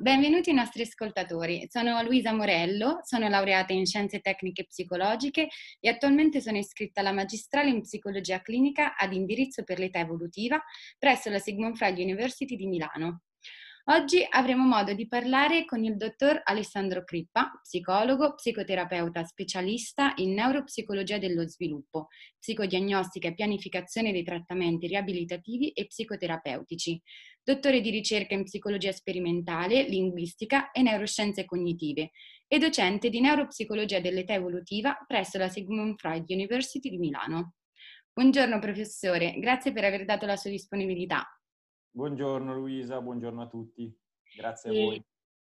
benvenuti ai nostri ascoltatori. Sono Luisa Morello, sono laureata in Scienze Tecniche Psicologiche e attualmente sono iscritta alla magistrale in Psicologia Clinica ad indirizzo per l'età evolutiva presso la Sigmund Freud University di Milano. Oggi avremo modo di parlare con il dottor Alessandro Crippa, psicologo, psicoterapeuta specialista in neuropsicologia dello sviluppo, psicodiagnostica e pianificazione dei trattamenti riabilitativi e psicoterapeutici, dottore di ricerca in psicologia sperimentale, linguistica e neuroscienze cognitive e docente di neuropsicologia dell'età evolutiva presso la Sigmund Freud University di Milano. Buongiorno professore, grazie per aver dato la sua disponibilità. Buongiorno Luisa, buongiorno a tutti, grazie a E... voi.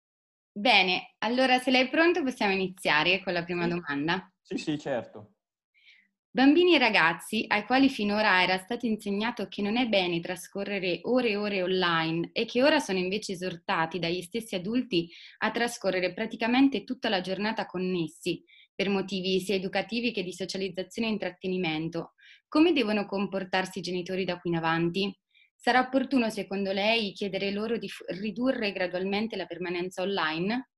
Bene, allora se lei è pronto possiamo iniziare con la prima domanda. Sì, certo. Bambini e ragazzi ai quali finora era stato insegnato che non è bene trascorrere ore e ore online e che ora sono invece esortati dagli stessi adulti a trascorrere praticamente tutta la giornata connessi per motivi sia educativi che di socializzazione e intrattenimento, come devono comportarsi i genitori da qui in avanti? Sarà opportuno secondo lei chiedere loro di ridurre gradualmente la permanenza online?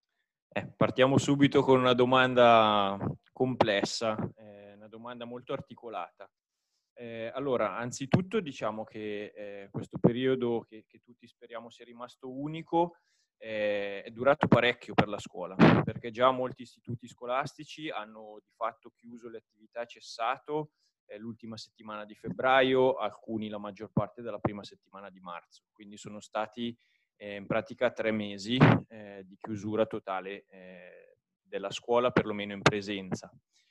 Partiamo subito con una domanda complessa, una domanda molto articolata. Allora, anzitutto diciamo che questo periodo che tutti speriamo sia rimasto unico è durato parecchio per la scuola, perché già molti istituti scolastici hanno di fatto chiuso le attività e cessato l'ultima settimana di febbraio, alcuni la maggior parte della prima settimana di marzo, quindi sono stati in pratica 3 mesi di chiusura totale della scuola, perlomeno in presenza.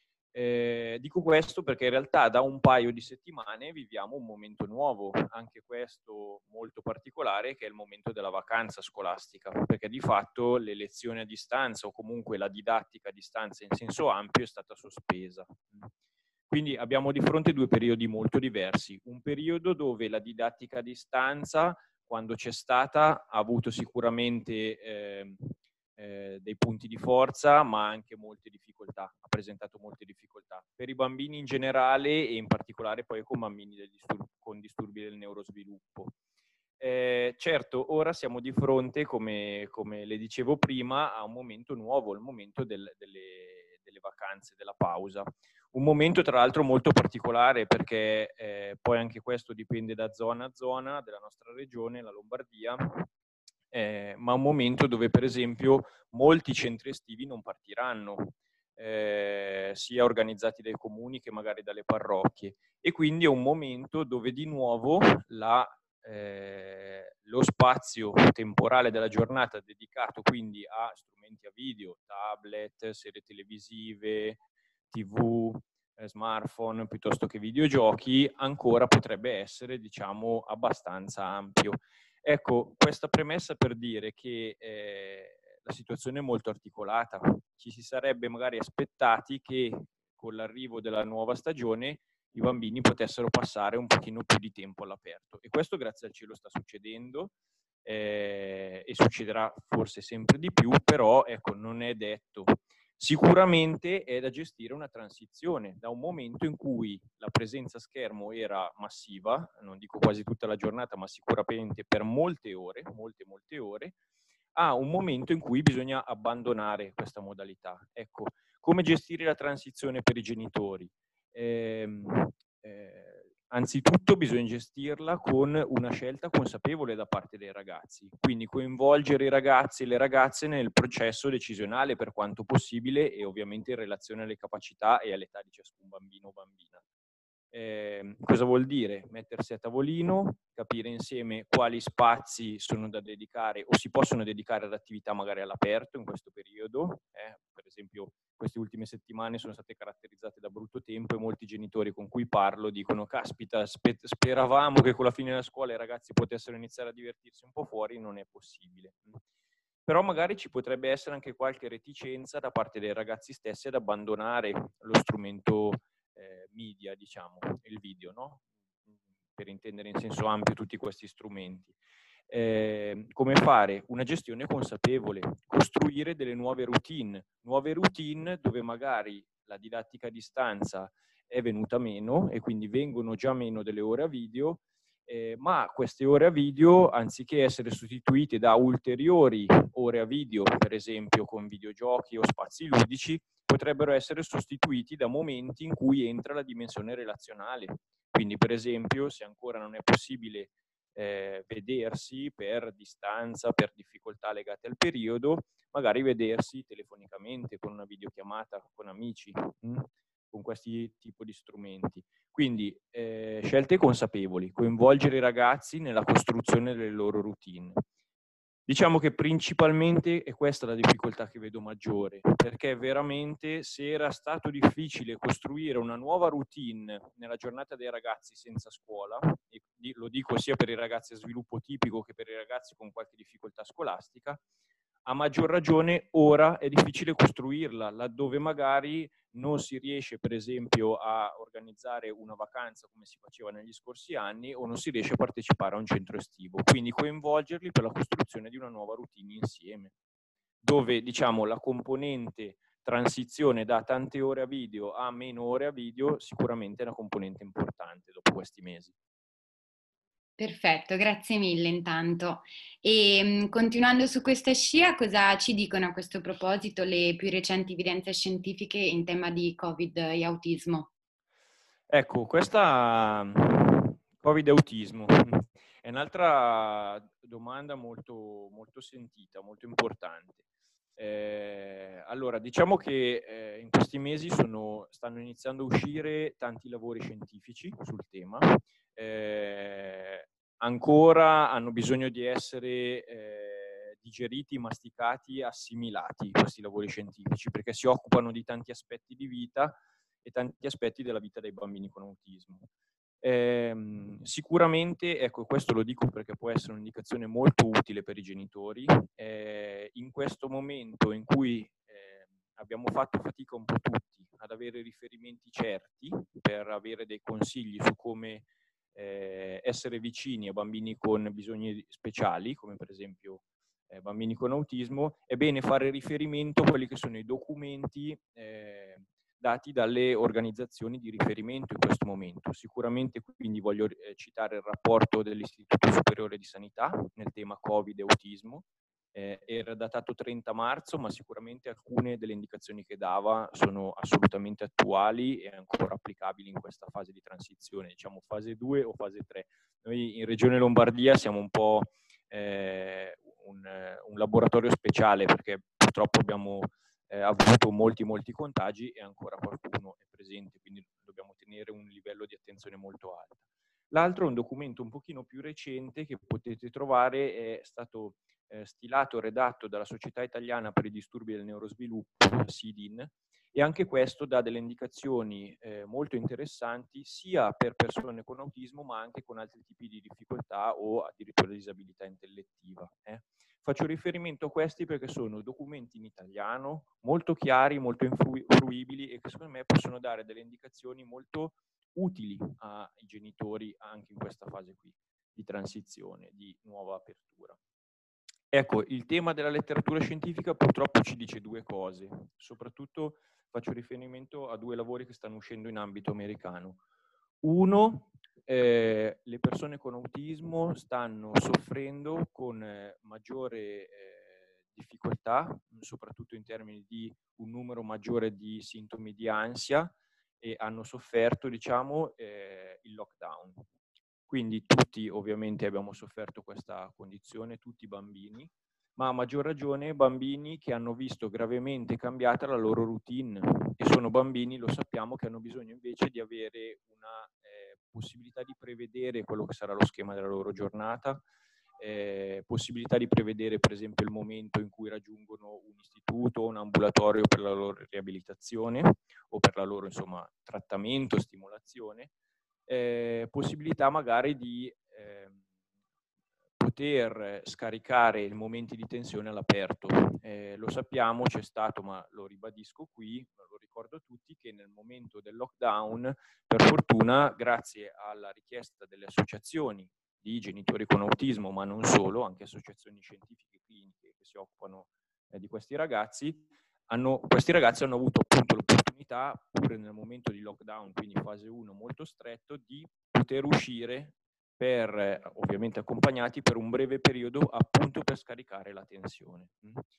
Dico questo perché in realtà da un paio di settimane viviamo un momento nuovo, anche questo molto particolare, che è il momento della vacanza scolastica, perché di fatto le lezioni a distanza o comunque la didattica a distanza in senso ampio è stata sospesa. Quindi abbiamo di fronte 2 periodi molto diversi. Un periodo dove la didattica a distanza, quando c'è stata, ha avuto sicuramente dei punti di forza, ma anche molte difficoltà, ha presentato molte difficoltà. Per i bambini in generale e in particolare poi con bambini con disturbi del neurosviluppo. Certo, ora siamo di fronte, come le dicevo prima, a un momento nuovo, il momento delle vacanze, della pausa. Un momento tra l'altro molto particolare perché poi anche questo dipende da zona a zona della nostra regione, la Lombardia, ma un momento dove per esempio molti centri estivi non partiranno, sia organizzati dai comuni che magari dalle parrocchie, e quindi è un momento dove di nuovo lo spazio temporale della giornata dedicato quindi a strumenti a video, tablet, serie televisive, TV, smartphone, piuttosto che videogiochi, ancora potrebbe essere, diciamo, abbastanza ampio. Ecco, questa premessa per dire che la situazione è molto articolata. Ci si sarebbe magari aspettati che con l'arrivo della nuova stagione i bambini potessero passare un pochino più di tempo all'aperto. E questo grazie al cielo sta succedendo e succederà forse sempre di più, però ecco, non è detto. Sicuramente è da gestire una transizione da un momento in cui la presenza a schermo era massiva, non dico quasi tutta la giornata, ma sicuramente per molte ore, molte ore, a un momento in cui bisogna abbandonare questa modalità. Ecco, come gestire la transizione per i genitori? Anzitutto bisogna gestirla con una scelta consapevole da parte dei ragazzi, quindi coinvolgere i ragazzi e le ragazze nel processo decisionale per quanto possibile e ovviamente in relazione alle capacità e all'età di ciascun bambino o bambina. Cosa vuol dire? Mettersi a tavolino, capire insieme quali spazi sono da dedicare o si possono dedicare ad attività magari all'aperto in questo periodo. Per esempio, queste ultime settimane sono state caratterizzate da brutto tempo e molti genitori con cui parlo dicono caspita, speravamo che con la fine della scuola i ragazzi potessero iniziare a divertirsi un po' fuori, non è possibile. Però magari ci potrebbe essere anche qualche reticenza da parte dei ragazzi stessi ad abbandonare lo strumento media, diciamo, il video, no? Per intendere in senso ampio tutti questi strumenti. Come fare? Una gestione consapevole, costruire delle nuove routine dove magari la didattica a distanza è venuta meno e quindi vengono già meno delle ore a video ma queste ore a video, anziché essere sostituite da ulteriori ore a video, per esempio con videogiochi o spazi ludici, potrebbero essere sostituiti da momenti in cui entra la dimensione relazionale. Quindi, per esempio, se ancora non è possibile vedersi per distanza, per difficoltà legate al periodo, magari vedersi telefonicamente con una videochiamata con amici, con questi tipi di strumenti. Quindi scelte consapevoli, coinvolgere i ragazzi nella costruzione delle loro routine. Diciamo che principalmente è questa la difficoltà che vedo maggiore, perché veramente se era stato difficile costruire una nuova routine nella giornata dei ragazzi senza scuola, e lo dico sia per i ragazzi a sviluppo tipico che per i ragazzi con qualche difficoltà scolastica, a maggior ragione ora è difficile costruirla, laddove magari non si riesce per esempio a organizzare una vacanza come si faceva negli scorsi anni o non si riesce a partecipare a un centro estivo. Quindi coinvolgerli per la costruzione di una nuova routine insieme, dove diciamo la componente transizione da tante ore a video a meno ore a video sicuramente è una componente importante dopo questi mesi. Perfetto, grazie mille intanto. E continuando su questa scia, cosa ci dicono a questo proposito le più recenti evidenze scientifiche in tema di Covid e autismo? Ecco, questa Covid e autismo è un'altra domanda molto, molto sentita, molto importante. Allora, diciamo che in questi mesi stanno iniziando a uscire tanti lavori scientifici sul tema. Ancora hanno bisogno di essere digeriti, masticati, assimilati questi lavori scientifici, perché si occupano di tanti aspetti di vita e tanti aspetti della vita dei bambini con autismo. Sicuramente, ecco, questo lo dico perché può essere un'indicazione molto utile per i genitori, in questo momento in cui abbiamo fatto fatica un po' tutti ad avere riferimenti certi per avere dei consigli su come essere vicini a bambini con bisogni speciali, come per esempio bambini con autismo, è bene fare riferimento a quelli che sono i documenti dati dalle organizzazioni di riferimento in questo momento. Sicuramente quindi voglio citare il rapporto dell'Istituto Superiore di Sanità nel tema Covid e autismo, era datato 30 marzo, ma sicuramente alcune delle indicazioni che dava sono assolutamente attuali e ancora applicabili in questa fase di transizione, diciamo fase 2 o fase 3. Noi in Regione Lombardia siamo un po' un laboratorio speciale perché purtroppo abbiamo avuto molti contagi e ancora qualcuno è presente, quindi dobbiamo tenere un livello di attenzione molto alto. L'altro è un documento un pochino più recente che potete trovare, è stato stilato e redatto dalla Società Italiana per i Disturbi del Neurosviluppo, SIDIN, e anche questo dà delle indicazioni molto interessanti sia per persone con autismo ma anche con altri tipi di difficoltà o addirittura disabilità intellettiva. Faccio riferimento a questi perché sono documenti in italiano, molto chiari, molto fruibili e che secondo me possono dare delle indicazioni molto utili ai genitori anche in questa fase qui di transizione, di nuova apertura. Ecco, il tema della letteratura scientifica purtroppo ci dice due cose, soprattutto faccio riferimento a due lavori che stanno uscendo in ambito americano. Uno, le persone con autismo stanno soffrendo con maggiore difficoltà, soprattutto in termini di un numero maggiore di sintomi di ansia e hanno sofferto, diciamo, il lockdown. Quindi tutti ovviamente abbiamo sofferto questa condizione, tutti i bambini, ma a maggior ragione bambini che hanno visto gravemente cambiata la loro routine e sono bambini, lo sappiamo, che hanno bisogno invece di avere una possibilità di prevedere quello che sarà lo schema della loro giornata, possibilità di prevedere per esempio il momento in cui raggiungono un istituto, un ambulatorio per la loro riabilitazione o per la loro insomma trattamento, stimolazione, possibilità magari di poter scaricare i momenti di tensione all'aperto. Lo sappiamo, c'è stato, ma lo ribadisco qui, lo ricordo a tutti, che nel momento del lockdown, per fortuna, grazie alla richiesta delle associazioni di genitori con autismo, ma non solo, anche associazioni scientifiche e cliniche che si occupano di questi ragazzi hanno avuto appunto l'opportunità, pure nel momento di lockdown, quindi fase 1 molto stretto, di poter uscire ovviamente accompagnati per un breve periodo, appunto per scaricare la tensione.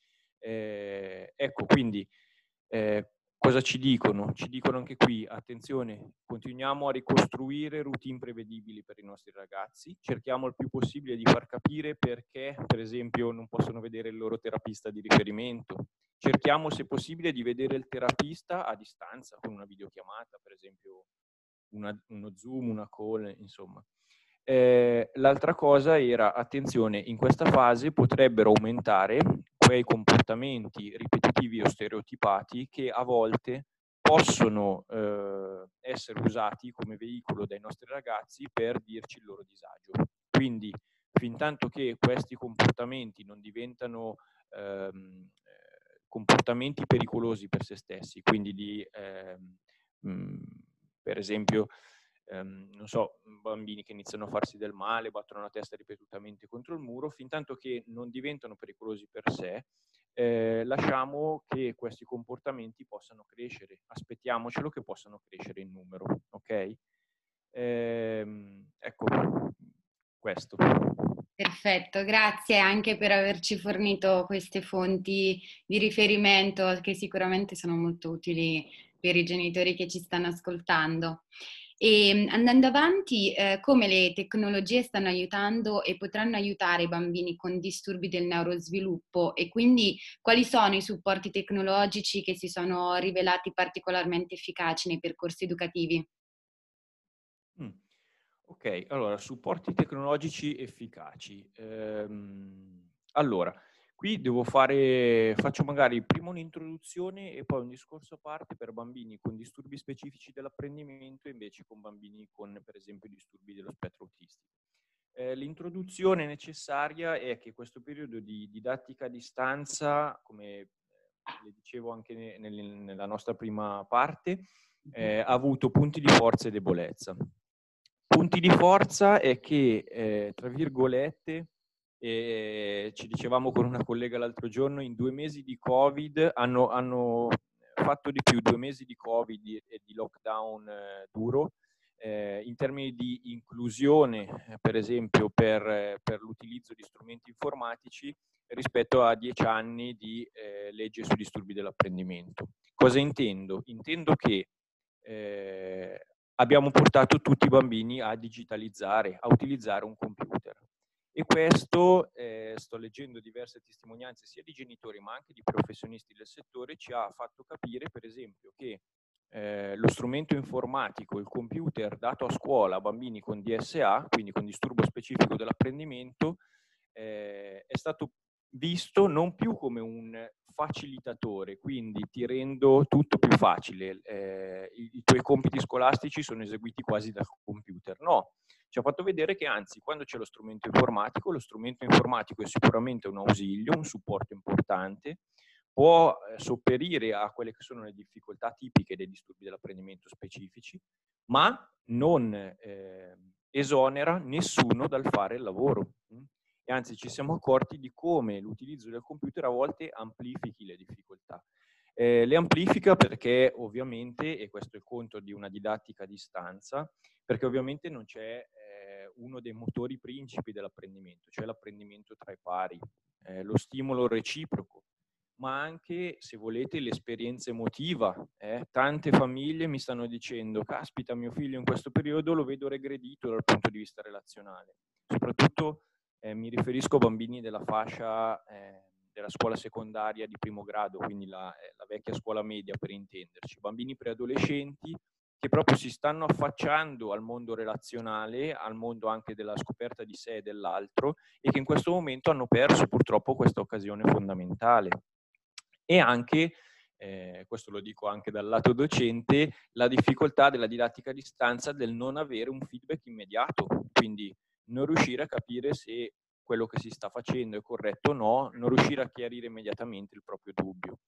Ecco, quindi cosa ci dicono? Ci dicono anche qui, attenzione, continuiamo a ricostruire routine prevedibili per i nostri ragazzi, cerchiamo il più possibile di far capire perché, per esempio, non possono vedere il loro terapista di riferimento. Cerchiamo, se possibile, di vedere il terapista a distanza, con una videochiamata, per esempio uno Zoom, una call, insomma. L'altra cosa era, attenzione, in questa fase potrebbero aumentare quei comportamenti ripetitivi o stereotipati che a volte possono essere usati come veicolo dai nostri ragazzi per dirci il loro disagio. Quindi, fintanto che questi comportamenti non diventano comportamenti pericolosi per se stessi, quindi per esempio, non so, bambini che iniziano a farsi del male, battono la testa ripetutamente contro il muro, fintanto che non diventano pericolosi per sé, lasciamo che questi comportamenti possano crescere, aspettiamocelo che possano crescere in numero, ok? Ecco, questo. Perfetto, grazie anche per averci fornito queste fonti di riferimento che sicuramente sono molto utili per i genitori che ci stanno ascoltando. E andando avanti, come le tecnologie stanno aiutando e potranno aiutare i bambini con disturbi del neurosviluppo e quindi quali sono i supporti tecnologici che si sono rivelati particolarmente efficaci nei percorsi educativi? Ok, allora, supporti tecnologici efficaci. Allora, qui faccio magari prima un'introduzione e poi un discorso a parte per bambini con disturbi specifici dell'apprendimento e invece con bambini con, per esempio, disturbi dello spettro autistico. L'introduzione necessaria è che questo periodo di didattica a distanza, come le dicevo anche nella nostra prima parte, ha avuto punti di forza e debolezza. Punti di forza è che, tra virgolette, ci dicevamo con una collega l'altro giorno, in 2 mesi di Covid hanno fatto di più 2 mesi di Covid e di lockdown duro, in termini di inclusione, per esempio, per l'utilizzo di strumenti informatici rispetto a 10 anni di legge sui disturbi dell'apprendimento. Cosa intendo? Intendo che abbiamo portato tutti i bambini a digitalizzare, a utilizzare un computer. E questo, sto leggendo diverse testimonianze sia di genitori ma anche di professionisti del settore, ci ha fatto capire, per esempio, che lo strumento informatico, il computer dato a scuola a bambini con DSA, quindi con disturbo specifico dell'apprendimento, è stato visto non più come un facilitatore, quindi ti rendo tutto più facile, i tuoi compiti scolastici sono eseguiti quasi dal computer. No, ci ha fatto vedere che anzi, quando c'è lo strumento informatico è sicuramente un ausilio, un supporto importante, può sopperire a quelle che sono le difficoltà tipiche dei disturbi dell'apprendimento specifici, ma non esonera nessuno dal fare il lavoro. E anzi ci siamo accorti di come l'utilizzo del computer a volte amplifichi le difficoltà. Le amplifica perché ovviamente, e questo è il conto di una didattica a distanza, perché ovviamente non c'è uno dei motori principi dell'apprendimento, cioè l'apprendimento tra i pari, lo stimolo reciproco, ma anche, se volete, l'esperienza emotiva. Tante famiglie mi stanno dicendo, caspita, mio figlio in questo periodo lo vedo regredito dal punto di vista relazionale. Soprattutto mi riferisco a bambini della fascia della scuola secondaria di primo grado, quindi la vecchia scuola media per intenderci, bambini preadolescenti che proprio si stanno affacciando al mondo relazionale, al mondo anche della scoperta di sé e dell'altro, e che in questo momento hanno perso purtroppo questa occasione fondamentale. E anche, questo lo dico anche dal lato docente, la difficoltà della didattica a distanza del non avere un feedback immediato, quindi non riuscire a capire se quello che si sta facendo è corretto o no, non riuscire a chiarire immediatamente il proprio dubbio.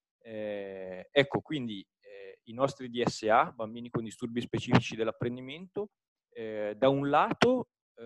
Ecco, quindi i nostri DSA, bambini con disturbi specifici dell'apprendimento, da un lato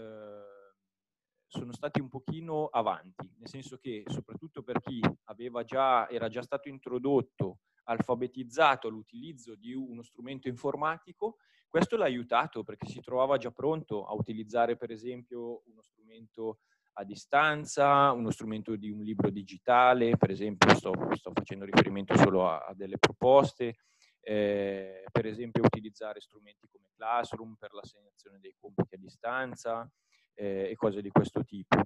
sono stati un pochino avanti, nel senso che soprattutto per chi era già stato introdotto, alfabetizzato all'utilizzo di uno strumento informatico, Questo l'ha aiutato perché si trovava già pronto a utilizzare per esempio uno strumento a distanza, uno strumento di un libro digitale, per esempio sto facendo riferimento solo a delle proposte, per esempio utilizzare strumenti come Classroom per l'assegnazione dei compiti a distanza e cose di questo tipo.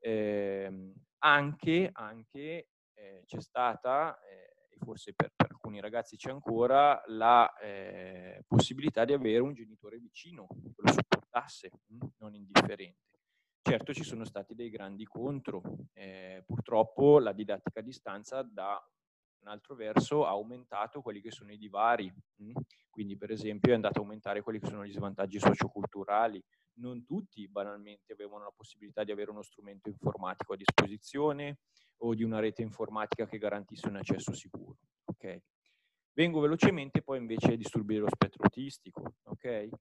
Anche c'è stata, e forse per alcuni ragazzi c'è ancora, la possibilità di avere un genitore vicino che lo supportasse, non indifferente. Certo ci sono stati dei grandi contro, purtroppo la didattica a distanza da un altro verso ha aumentato quelli che sono i divari, quindi per esempio è andato a aumentare quelli che sono gli svantaggi socioculturali. Non tutti banalmente avevano la possibilità di avere uno strumento informatico a disposizione o di una rete informatica che garantisse un accesso sicuro. Okay? Vengo velocemente poi invece ai disturbi dello spettro autistico. Okay?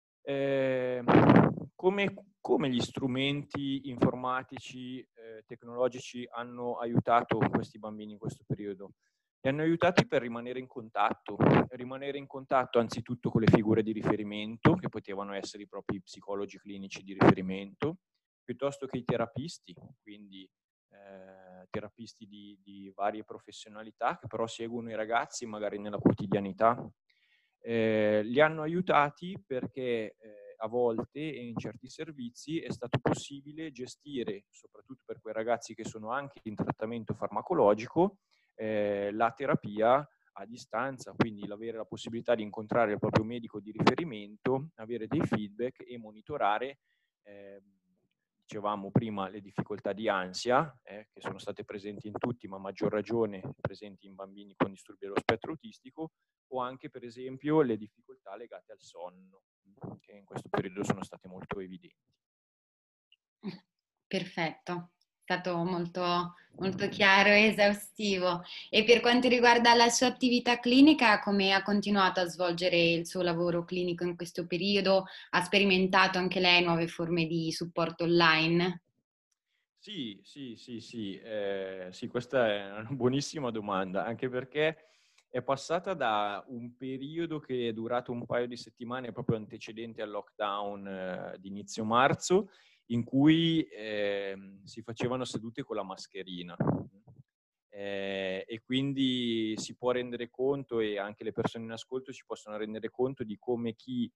Come gli strumenti informatici, tecnologici hanno aiutato questi bambini in questo periodo? Li hanno aiutati per rimanere in contatto anzitutto con le figure di riferimento, che potevano essere i propri psicologi clinici di riferimento, piuttosto che i terapisti, quindi terapisti di varie professionalità, che però seguono i ragazzi magari nella quotidianità. Li hanno aiutati perché a volte e in certi servizi è stato possibile gestire, soprattutto per quei ragazzi che sono anche in trattamento farmacologico, la terapia a distanza, quindi l'avere la possibilità di incontrare il proprio medico di riferimento, avere dei feedback e monitorare, dicevamo prima, le difficoltà di ansia, che sono state presenti in tutti, ma a maggior ragione presenti in bambini con disturbi dello spettro autistico, o anche per esempio le difficoltà legate al sonno, che in questo periodo sono state molto evidenti. Perfetto, è stato molto, molto chiaro e esaustivo. E per quanto riguarda la sua attività clinica, come ha continuato a svolgere il suo lavoro clinico in questo periodo? Ha sperimentato anche lei nuove forme di supporto online? Sì, sì, questa è una buonissima domanda, anche perché è passata da un periodo che è durato un paio di settimane, proprio antecedente al lockdown di inizio marzo, in cui si facevano sedute con la mascherina. E quindi si può rendere conto, e anche le persone in ascolto si possono rendere conto di come chi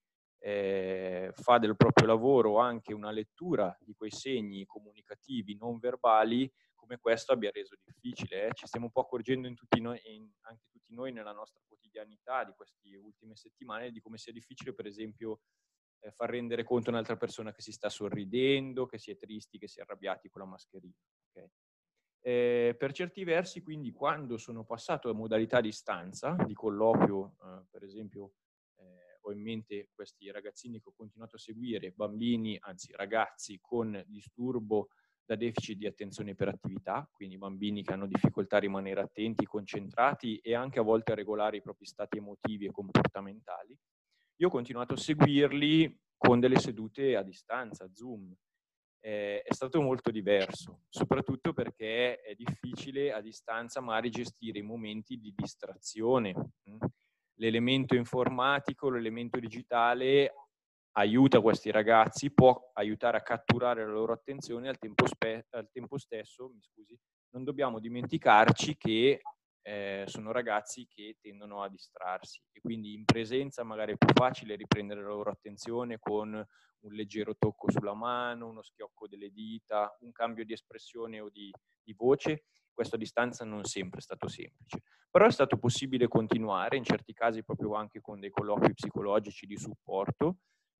fa del proprio lavoro anche una lettura di quei segni comunicativi non verbali, come questo abbia reso difficile. Ci stiamo un po' accorgendo in tutti noi, anche tutti noi nella nostra quotidianità di queste ultime settimane, di come sia difficile, per esempio, far rendere conto a un'altra persona che si sta sorridendo, che si è tristi, che si è arrabbiati con la mascherina. Okay? Per certi versi, quindi, quando sono passato a modalità a distanza, di colloquio, per esempio, ho in mente questi ragazzini che ho continuato a seguire, bambini, anzi ragazzi con disturbo da deficit di attenzione e iperattività, quindi bambini che hanno difficoltà a rimanere attenti, concentrati e anche a volte a regolare i propri stati emotivi e comportamentali. Io ho continuato a seguirli con delle sedute a distanza, Zoom. È stato molto diverso, soprattutto perché è difficile a distanza magari gestire i momenti di distrazione. L'elemento informatico, l'elemento digitale aiuta questi ragazzi, può aiutare a catturare la loro attenzione, al tempo stesso, mi scusi, non dobbiamo dimenticarci che sono ragazzi che tendono a distrarsi e quindi in presenza magari è più facile riprendere la loro attenzione con un leggero tocco sulla mano, uno schiocco delle dita, un cambio di espressione o di voce. Questo a distanza non sempre è stato semplice, però è stato possibile continuare, in certi casi proprio anche con dei colloqui psicologici di supporto,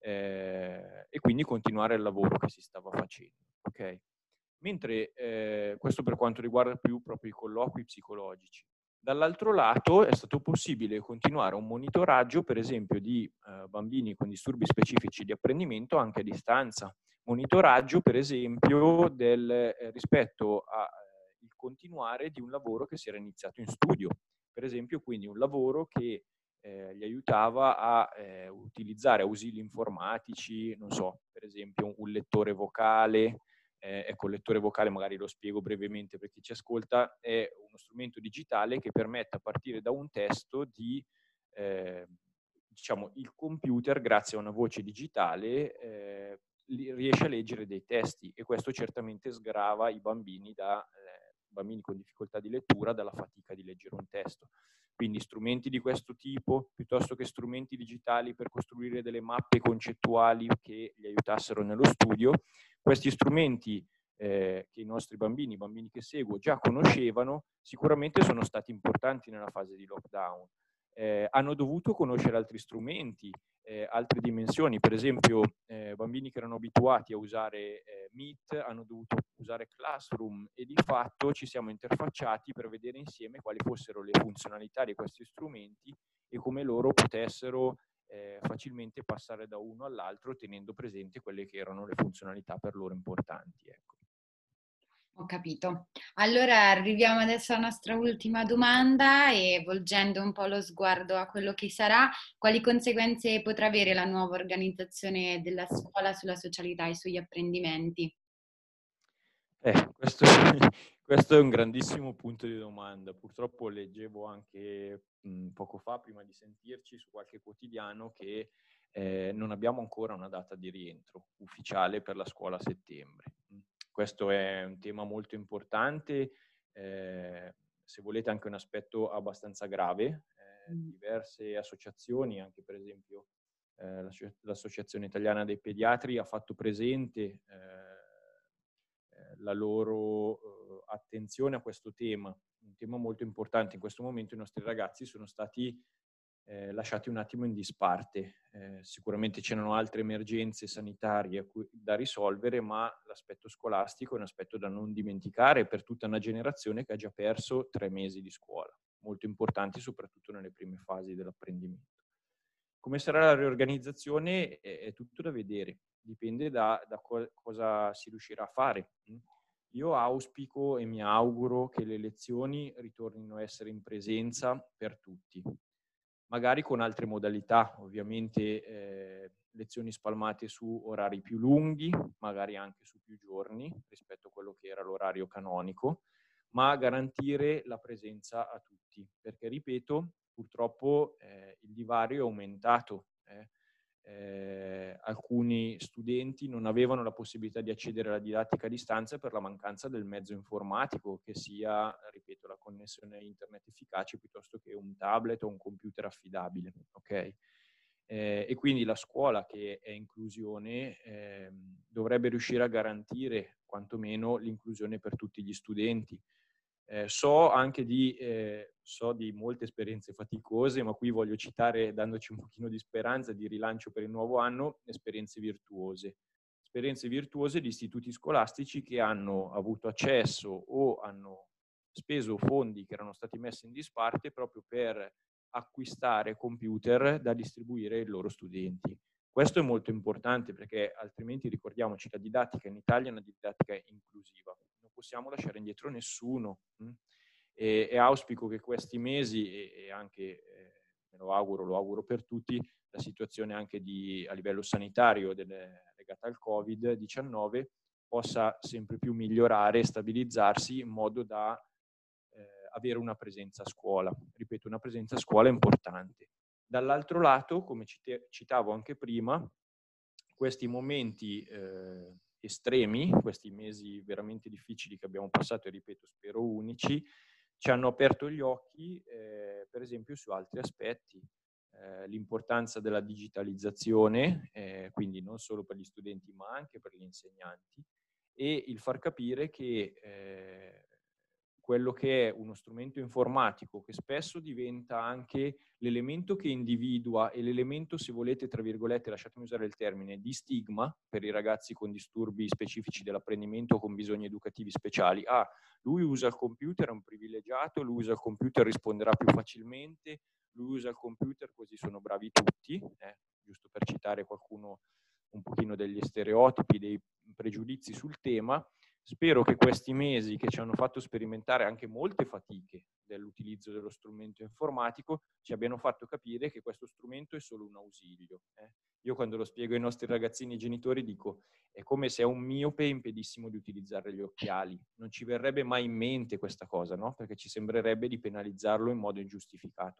e quindi continuare il lavoro che si stava facendo. Okay? Mentre questo per quanto riguarda più proprio i colloqui psicologici. Dall'altro lato è stato possibile continuare un monitoraggio, per esempio, di bambini con disturbi specifici di apprendimento anche a distanza. Monitoraggio, per esempio, rispetto al continuare di un lavoro che si era iniziato in studio. Per esempio, quindi un lavoro che gli aiutava a utilizzare ausili informatici, non so, per esempio un lettore vocale. Ecco, il lettore vocale magari lo spiego brevemente per chi ci ascolta, è uno strumento digitale che permette a partire da un testo di diciamo, il computer, grazie a una voce digitale, riesce a leggere dei testi, e questo certamente sgrava i bambini bambini con difficoltà di lettura dalla fatica di leggere un testo. Quindi strumenti di questo tipo, piuttosto che strumenti digitali per costruire delle mappe concettuali che li aiutassero nello studio, questi strumenti che i nostri bambini, i bambini che seguo, già conoscevano, sicuramente sono stati importanti nella fase di lockdown. Hanno dovuto conoscere altri strumenti, altre dimensioni. Per esempio, bambini che erano abituati a usare Meet hanno dovuto usare Classroom, e di fatto ci siamo interfacciati per vedere insieme quali fossero le funzionalità di questi strumenti e come loro potessero facilmente passare da uno all'altro, tenendo presente quelle che erano le funzionalità per loro importanti. Ecco. Ho capito. Allora arriviamo adesso alla nostra ultima domanda e volgendo un po' lo sguardo a quello che sarà, quali conseguenze potrà avere la nuova organizzazione della scuola sulla socialità e sugli apprendimenti? Questo, questo è un grandissimo punto di domanda. Purtroppo leggevo anche poco fa, prima di sentirci, su qualche quotidiano che non abbiamo ancora una data di rientro ufficiale per la scuola a settembre. Questo è un tema molto importante, se volete anche un aspetto abbastanza grave. Diverse associazioni, anche per esempio l'Associazione Italiana dei Pediatri, ha fatto presente la loro attenzione a questo tema, un tema molto importante. In questo momento i nostri ragazzi sono stati lasciati un attimo in disparte. Sicuramente c'erano altre emergenze sanitarie da risolvere, ma l'aspetto scolastico è un aspetto da non dimenticare per tutta una generazione che ha già perso 3 mesi di scuola, molto importanti soprattutto nelle prime fasi dell'apprendimento. Come sarà la riorganizzazione è tutto da vedere, dipende da cosa si riuscirà a fare. Io auspico e mi auguro che le lezioni ritornino a essere in presenza per tutti, magari con altre modalità, ovviamente lezioni spalmate su orari più lunghi, magari anche su più giorni rispetto a quello che era l'orario canonico, ma garantire la presenza a tutti, perché ripeto, purtroppo il divario è aumentato. Alcuni studenti non avevano la possibilità di accedere alla didattica a distanza per la mancanza del mezzo informatico, che sia, ripeto, la connessione a internet efficace piuttosto che un tablet o un computer affidabile. Okay? E quindi la scuola, che è inclusione, dovrebbe riuscire a garantire quantomeno l'inclusione per tutti gli studenti. So di molte esperienze faticose, ma qui voglio citare, dandoci un pochino di speranza, di rilancio per il nuovo anno, esperienze virtuose. Esperienze virtuose di istituti scolastici che hanno avuto accesso o hanno speso fondi che erano stati messi in disparte proprio per acquistare computer da distribuire ai loro studenti. Questo è molto importante, perché altrimenti, ricordiamoci, la didattica in Italia è una didattica inclusiva. Non possiamo lasciare indietro nessuno. E auspico che questi mesi e anche, me lo auguro per tutti, la situazione anche a livello sanitario legata al Covid-19 possa sempre più migliorare e stabilizzarsi in modo da avere una presenza a scuola. Ripeto, una presenza a scuola è importante. Dall'altro lato, come citavo anche prima, questi momenti estremi, questi mesi veramente difficili che abbiamo passato, e ripeto, spero unici, ci hanno aperto gli occhi, per esempio, su altri aspetti. L'importanza della digitalizzazione, quindi non solo per gli studenti ma anche per gli insegnanti, e il far capire che quello che è uno strumento informatico, che spesso diventa anche l'elemento che individua e l'elemento, se volete, tra virgolette, lasciatemi usare il termine, di stigma per i ragazzi con disturbi specifici dell'apprendimento o con bisogni educativi speciali. Lui usa il computer, è un privilegiato, lui usa il computer, risponderà più facilmente, lui usa il computer, così sono bravi tutti, giusto per citare qualcuno, un pochino degli stereotipi, dei pregiudizi sul tema. Spero che questi mesi, che ci hanno fatto sperimentare anche molte fatiche dell'utilizzo dello strumento informatico, ci abbiano fatto capire che questo strumento è solo un ausilio. Io, quando lo spiego ai nostri ragazzini e ai genitori, dico: è come se a un miope impedissimo di utilizzare gli occhiali. Non ci verrebbe mai in mente questa cosa, no? Perché ci sembrerebbe di penalizzarlo in modo ingiustificato.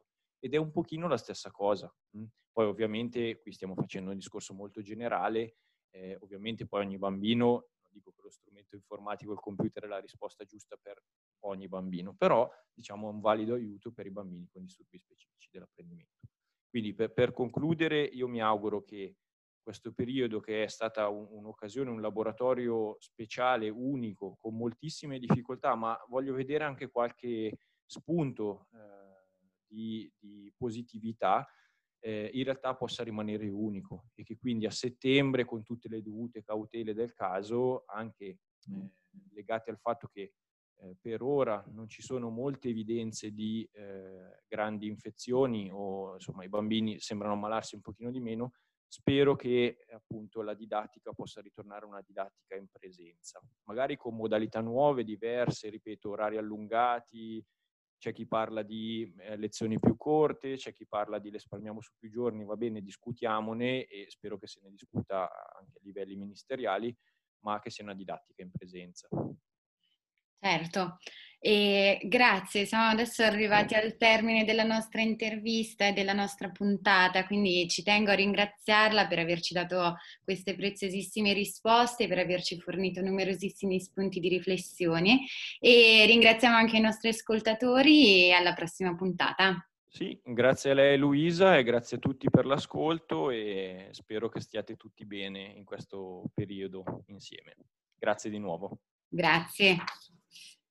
ed è un pochino la stessa cosa. Poi ovviamente qui stiamo facendo un discorso molto generale, ovviamente poi ogni bambino, non dico che lo strumento informatico, il computer è la risposta giusta per ogni bambino, però diciamo è un valido aiuto per i bambini con disturbi specifici dell'apprendimento. Quindi per concludere, io mi auguro che questo periodo, che è stata un'occasione, un laboratorio speciale, unico, con moltissime difficoltà, ma voglio vedere anche qualche spunto di positività, in realtà possa rimanere unico e che quindi a settembre, con tutte le dovute cautele del caso, anche legate al fatto che per ora non ci sono molte evidenze di grandi infezioni, o insomma i bambini sembrano ammalarsi un pochino di meno, spero che appunto la didattica possa ritornare a una didattica in presenza, magari con modalità nuove, diverse, ripeto, orari allungati. C'è chi parla di lezioni più corte, c'è chi parla di le spalmiamo su più giorni, va bene, discutiamone e spero che se ne discuta anche a livelli ministeriali, ma che sia una didattica in presenza. Certo, e grazie, siamo adesso arrivati al termine della nostra intervista e della nostra puntata, quindi ci tengo a ringraziarla per averci dato queste preziosissime risposte, per averci fornito numerosissimi spunti di riflessione e ringraziamo anche i nostri ascoltatori e alla prossima puntata. Sì, grazie a lei Luisa e grazie a tutti per l'ascolto e spero che stiate tutti bene in questo periodo insieme. Grazie di nuovo. Grazie.